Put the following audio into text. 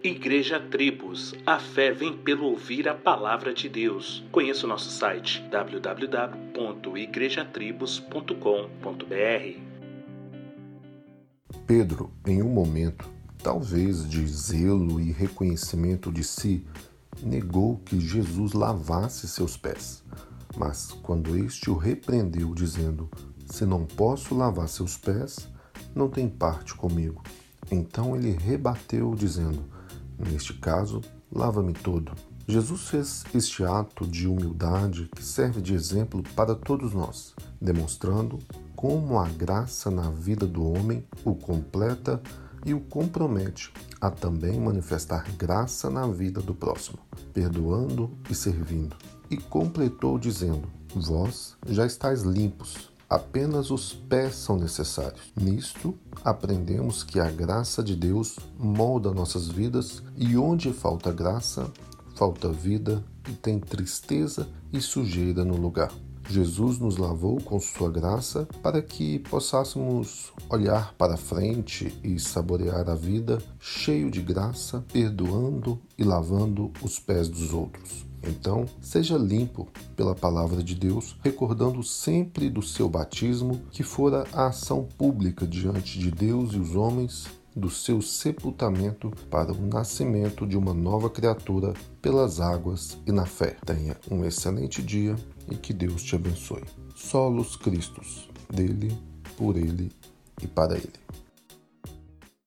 Igreja Tribos, a fé vem pelo ouvir a palavra de Deus. Conheça o nosso site www.igrejatribos.com.br. Pedro, em um momento, talvez de zelo e reconhecimento de si, negou que Jesus lavasse seus pés. Mas quando este o repreendeu, dizendo: "Se não posso lavar seus pés, não tem parte comigo." Então ele rebateu, dizendo: "Neste caso, lava-me todo." Jesus fez este ato de humildade que serve de exemplo para todos nós, demonstrando como a graça na vida do homem o completa e o compromete a também manifestar graça na vida do próximo, perdoando e servindo. E completou dizendo: "Vós já estáis limpos, apenas os pés são necessários." Nisto, aprendemos que a graça de Deus molda nossas vidas e onde falta graça, falta vida e tem tristeza e sujeira no lugar. Jesus nos lavou com sua graça para que possássemos olhar para frente e saborear a vida cheio de graça, perdoando e lavando os pés dos outros. Então, seja limpo pela palavra de Deus, recordando sempre do seu batismo, que fora a ação pública diante de Deus e os homens, do seu sepultamento para o nascimento de uma nova criatura pelas águas e na fé. Tenha um excelente dia e que Deus te abençoe. Solos Christus, dele, por ele e para ele.